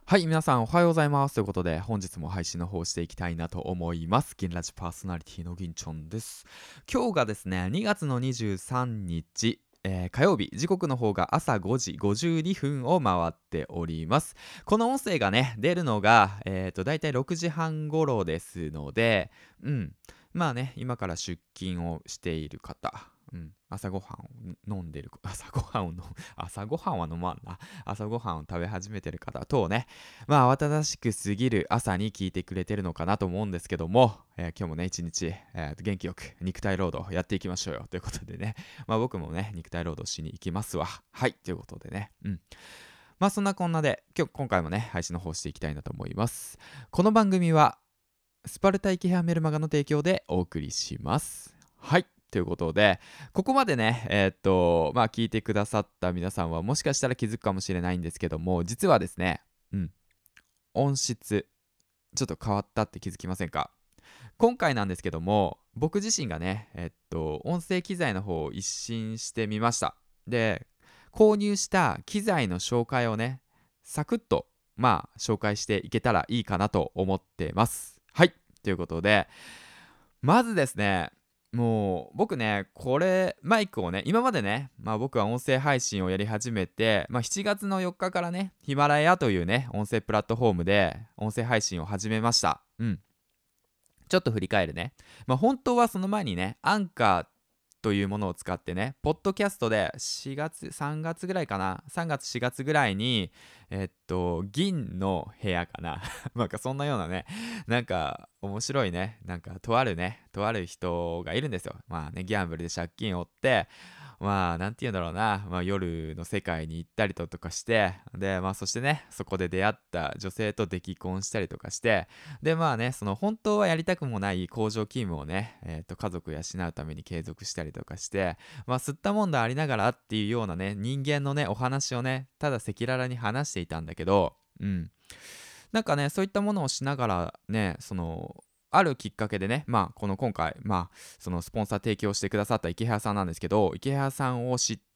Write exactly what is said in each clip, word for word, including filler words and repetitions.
はい、皆さんおはようございます。ということで、本日も配信の方していきたいなと思います。銀ラジパーソナリティの銀ちょんです。今日がですね、にがつのにじゅうさんにち、えー火曜日、時刻の方が朝ごじごじゅうにふんを回っております。この音声がね、出るのが、えっと、だいたいろくじはん頃ですので、うん、まあね、今から出勤をしている方、うん、朝ごはんを飲んでる、朝ごはんを飲む、朝ごはんは飲まんな。朝ごはんを食べ始めてる方等ね、まあ、慌ただしく過ぎる朝に聞いてくれてるのかなと思うんですけども、えー今日もね、一日、えーと元気よく肉体労働やっていきましょうよということでね、まあ僕もね、肉体労働しに行きますわ。はい、ということでね、うん。まあそんなこんなで、今日、今回もね、配信の方していきたいなと思います。この番組は、スパルタイケヘアメルマガの提供でお送りします。はい。ということで、ここまでね、えーっと、まあ聞いてくださった皆さんはもしかしたら気づくかもしれないんですけども、実はですね、うん、音質、ちょっと変わったって気づきませんか？今回なんですけども、僕自身がね、えっと、音声機材の方を一新してみました。で、購入した機材の紹介をね、サクッと、まあ、紹介していけたらいいかなと思ってます。はい。ということで、まずですね、もう僕ね、これ、マイクをね、今までね、まあ僕は音声配信をやり始めて、まあしちがつのよっかかからね、ヒマラヤというね、音声プラットフォームで音声配信を始めました。うん。ちょっと振り返るね。まあ本当はその前にね、アンカーというものを使ってね、ポッドキャストでしがつ、さんがつぐらいかな、さんがつ、しがつぐらいに、えっと、銀の部屋かな。なんかそんなようなね、なんか面白いね、なんかとあるね、とある人がいるんですよ。まあね、ギャンブルで借金を負って、まあ、なんて言うんだろうな、まあ、夜の世界に行ったりとかして、で、まあ、そしてね、そこで出会った女性と出来婚したりとかして、で、まあね、その本当はやりたくもない工場勤務をね、えっと、家族養うために継続したりとかして、まあ、吸ったもんだありながらっていうようなね、人間のね、お話をね、ただ赤裸々に話していたんだけど、うん。なんかね、そういったものをしながらね、その、あるきっかけでね、まあ、この今回、まあ、そのスポンサー提供してくださった池原さんなんですけど、池原さんを知って、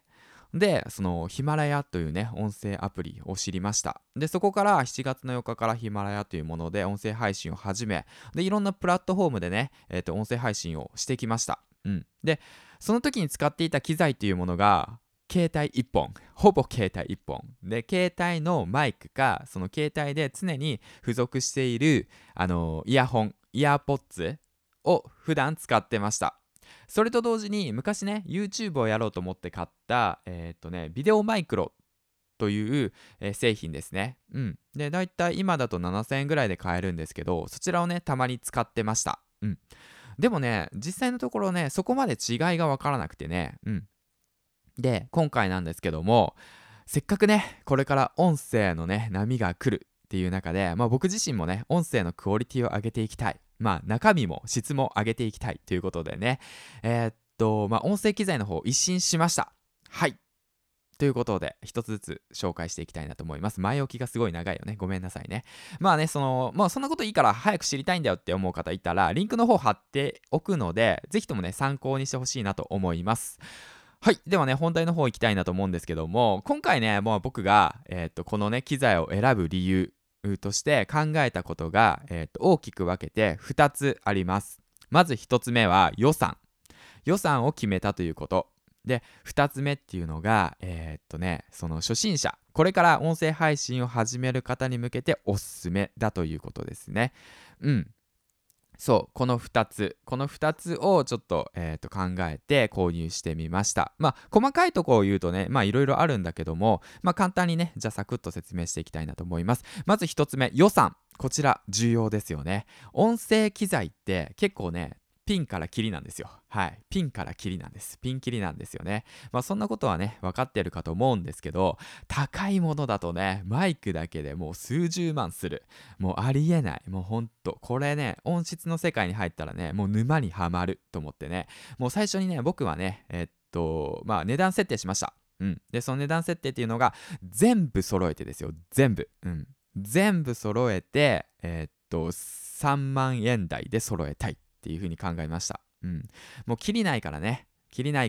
で、そのヒマラヤというね、音声アプリを知りました。で、そこからしちがつのよっかかからヒマラヤというもので音声配信を始め、で、いろんなプラットフォームでね、えっと、音声配信をしてきました。うん。で、その時に使っていた機材というものが、携帯いっぽん、ほぼ携帯いっぽんで、携帯のマイクかその携帯で常に付属しているあのイヤホンイヤーポッツを普段使ってました。それと同時に昔ね YouTube をやろうと思って買ったえーっとねビデオマイクロという、えー製品ですね。うん。で、だいたい今だとななせんえんぐらいで買えるんですけど、そちらをね、たまに使ってました。うん。でもね、実際のところね、そこまで違いがわからなくてね、うん。で、今回なんですけども、せっかくね、これから音声のね、波が来るっていう中で、まあ僕自身もね、音声のクオリティを上げていきたい。まあ中身も質も上げていきたいということでね、えーっと、まあ音声機材の方一新しました。はい。ということで、一つずつ紹介していきたいなと思います。前置きがすごい長いよね。ごめんなさいね。まあね、その、まあそんなこといいから早く知りたいんだよって思う方いたら、リンクの方貼っておくので、ぜひともね、参考にしてほしいなと思います。はい。ではね、本題の方行きたいなと思うんですけども、今回ね、もう僕が、えーっと、このね、機材を選ぶ理由として考えたことが、えーっと、大きく分けてふたつあります。まずひとつめは予算。予算を決めたということ。で、ふたつめっていうのが、えーっとね、その初心者、これから音声配信を始める方に向けておすすめだということですね。うん。そう、このふたつ、このふたつをちょっと、えーと、考えて購入してみました。まあ、細かいところを言うとね、まあ、いろいろあるんだけども、まあ、簡単にね、じゃあサクッと説明していきたいなと思います。まずひとつめ、予算。こちら、重要ですよね。音声機材って結構ね、ピンからキリなんですよ。はい。ピンからキリなんです。ピンキリなんですよね。まあそんなことはね、分かってるかと思うんですけど、高いものだとね、マイクだけでもう数十万する。もうありえない。もうほんと。これね、音質の世界に入ったらね、もう沼にはまると思ってね。もう最初にね、僕はね、えっと、まあ値段設定しました。うん。で、その値段設定っていうのが、全部揃えてですよ。全部。うん。全部揃えて、えっと、さんまんえん台で揃えたいっていう風に考えました。うん。もう切りないからね。切りないから。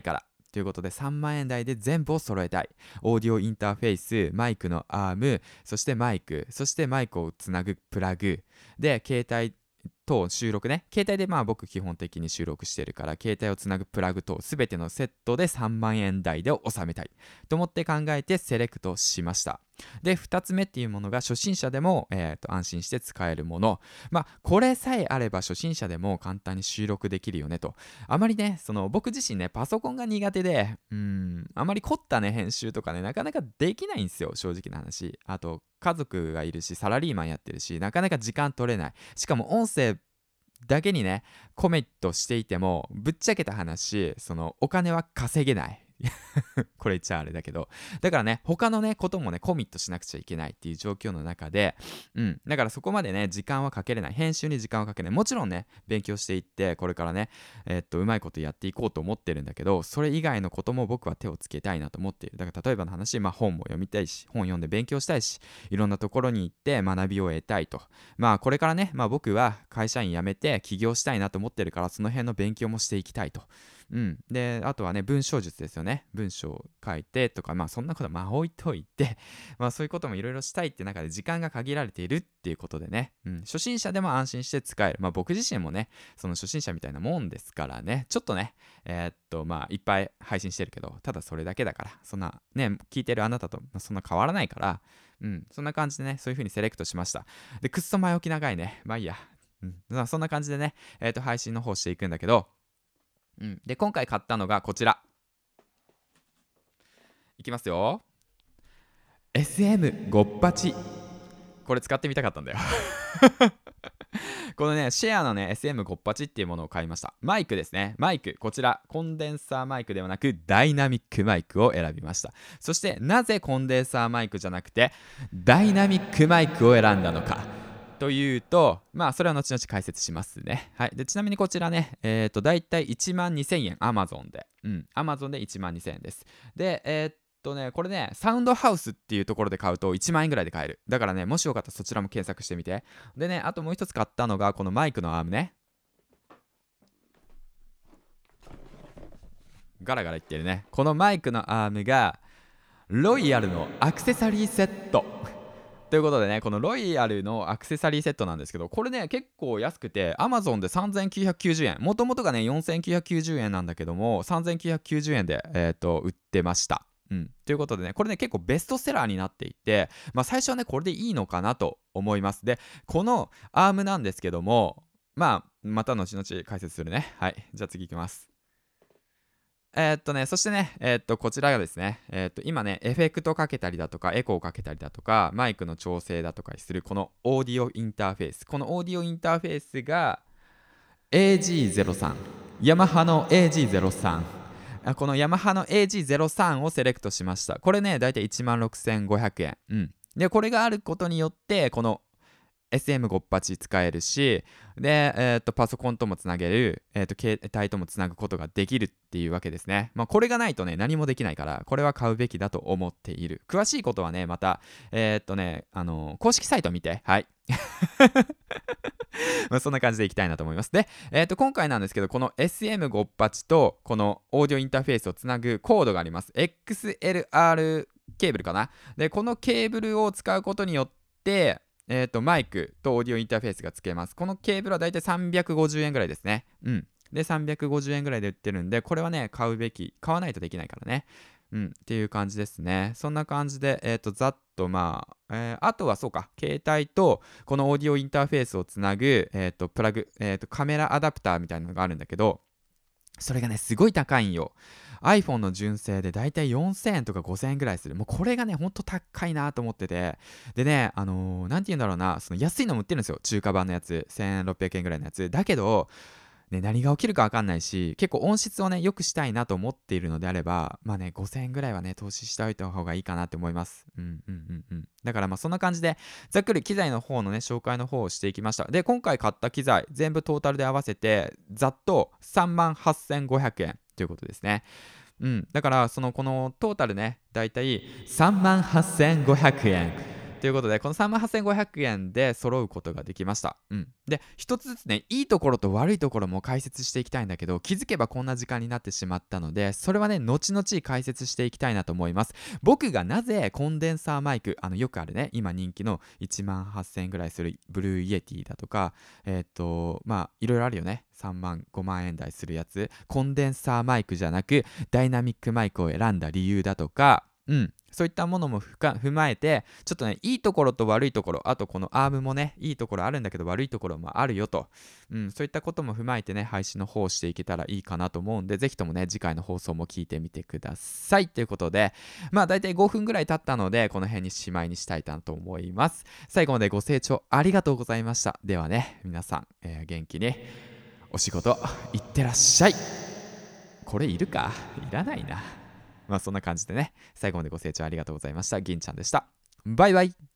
ということでさんまんえん台で全部を揃えたい。オーディオインターフェース、マイクのアーム、そしてマイク、そしてマイクをつなぐプラグで、携帯と収録ね、携帯でまあ僕基本的に収録してるから、携帯をつなぐプラグと全てのセットでさんまんえん台で収めたいと思って考えてセレクトしました。でふたつめっていうものが初心者でも、えー、と安心して使えるもの。まあこれさえあれば初心者でも簡単に収録できるよねと。あまりね、その僕自身ねパソコンが苦手で、うーんあまり凝ったね編集とかねなかなかできないんですよ、正直な話。あと家族がいるしサラリーマンやってるし、なかなか時間取れない。しかも音声だけにねコメントしていてもぶっちゃけた話、そのお金は稼げないこれ言っちゃあれだけど、だからね他のねこともねコミットしなくちゃいけないっていう状況の中で、うんだからそこまでね時間はかけれない、編集に時間はかけない。もちろんね勉強していってこれからねえーっとうまいことやっていこうと思ってるんだけど、それ以外のことも僕は手をつけたいなと思っている。だから例えばの話、まあ本も読みたいし、本読んで勉強したいし、いろんなところに行って学びを得たいと。まあこれからね、まあ僕は会社員辞めて起業したいなと思ってるから、その辺の勉強もしていきたいと。うん、であとはね文章術ですよね。文章を書いてとか、まあそんなことまあ置いといてまあそういうこともいろいろしたいって中で時間が限られているっていうことでね、うん、初心者でも安心して使える。まあ僕自身もねその初心者みたいなもんですからね、ちょっとねえーっとまあいっぱい配信してるけど、ただそれだけだから、そんなね聞いてるあなたとそんな変わらないから、うん、そんな感じでねそういう風にセレクトしました。でくっそ前置き長いね、まあいいや、うん、まあそんな感じでねえーっと配信の方していくんだけど、うん、で今回買ったのがこちらいきますよ。 エスエムごじゅうはち。 これ使ってみたかったんだよこのねシェアのね エスエムごじゅうはち っていうものを買いました。マイクですね。マイク、こちらコンデンサーマイクではなくダイナミックマイクを選びました。そしてなぜコンデンサーマイクじゃなくてダイナミックマイクを選んだのかというと、まあそれは後々解説しますね。はい。でちなみにこちらねえっ、ー、とだいたいいちまんにせんえん Amazon で、うん Amazon でいちまんにせんえんです。でえー、っとねこれねサウンドハウスっていうところで買うといちまんえんぐらいで買える。だからねもしよかったらそちらも検索してみて。でねあともう一つ買ったのがこのマイクのアームね。ガラガラ言ってるね。このマイクのアームがロイヤルのアクセサリーセットということでね、このロイヤルのアクセサリーセットなんですけど、これね結構安くて Amazon でさんぜんきゅうひゃくきゅうじゅうえん、もともとがねよんせんきゅうひゃくきゅうじゅうえんなんだけどもさんぜんきゅうひゃくきゅうじゅうえんで、えー、と売ってました。うん、ということでねこれね結構ベストセラーになっていて、まあ、最初はねこれでいいのかなと思います。でこのアームなんですけども、まあまた後々解説するね。はい、じゃあ次いきます。えー、っとね、そしてね、えー、っと、こちらがですね、えー、っと、今ね、エフェクトかけたりだとか、エコーかけたりだとか、マイクの調整だとかする、このオーディオインターフェース。このオーディオインターフェースが エージーゼロさん。ヤマハの エージーゼロさん。あこのヤマハの エージーゼロさん をセレクトしました。これね、だいたいいちまんろくせんごひゃくえん。うん。で、これがあることによって、この エスエムごじゅうはち 使えるし、で、えー、とパソコンともつなげる、えー、と携帯ともつなぐことができるっていうわけですね。まあ、これがないとね何もできないから、これは買うべきだと思っている。詳しいことはねまたえっ、とねあのー公式サイト見て、はいまあそんな感じでいきたいなと思います。で、えー、と今回なんですけど、この エスエムごじゅうはち とこのオーディオインターフェースをつなぐコードがあります。 エックスエルアール ケーブルかな。でこのケーブルを使うことによってえー、とマイクとオーディオインターフェースがつけます。このケーブルはだいたいさんびゃくごじゅうえんぐらいですね。うん。で、さんびゃくごじゅうえんぐらいで売ってるんで、これはね、買うべき。買わないとできないからね。うん。っていう感じですね。そんな感じで、えっ、と、ざっと、まあ、えー、あとはそうか、携帯とこのオーディオインターフェースをつなぐ、えっ、と、プラグ、えっ、と、カメラアダプターみたいなのがあるんだけど、それがね、すごい高いんよ。iPhone の純正でだいたいよんせんえんとかごせんえんぐらいする。もうこれがね、ほんと高いなと思ってて。でね、あのー、なんて言うんだろうな、その安いのも売ってるんですよ。中華版のやつ。せんろっぴゃくえんぐらいのやつ。だけど、ね、何が起きるか分かんないし、結構音質をね良くしたいなと思っているのであれば、まあねごせんえんぐらいはね投資しておいた方がいいかなって思います。うんうんうんうん。だからまあそんな感じでざっくり機材の方のね紹介の方をしていきました。で今回買った機材全部トータルで合わせてざっとさんまんはっせんごひゃくえんということですね。うん、だからそのこのトータルねだいたいさんまんはっせんごひゃくえんということでこのさんまんはっせんごひゃくえんで揃うことができました。うん。で一つずつね、いいところと悪いところも解説していきたいんだけど、気づけばこんな時間になってしまったので、それはね後々解説していきたいなと思います。僕がなぜコンデンサーマイク、あのよくあるね、今人気のいちまんはっせんえんぐらいするブルーイエティだとか、えっとまあいろいろあるよね、さんまんごまんえん台するやつ、コンデンサーマイクじゃなくダイナミックマイクを選んだ理由だとか、うん、そういったものもふか踏まえて、ちょっとねいいところと悪いところ、あとこのアームもねいいところあるんだけど悪いところもあるよと、うん、そういったことも踏まえてね配信の方をしていけたらいいかなと思うんで、ぜひともね次回の放送も聞いてみてくださいということで、まあだいたいごふんぐらい経ったのでこの辺にしまいにしたいなと思います。最後までご清聴ありがとうございました。ではね皆さん、えー元気にお仕事いってらっしゃい。これいるかいらないな。まあそんな感じでね、最後までご清聴ありがとうございました。銀ちゃんでした。バイバイ。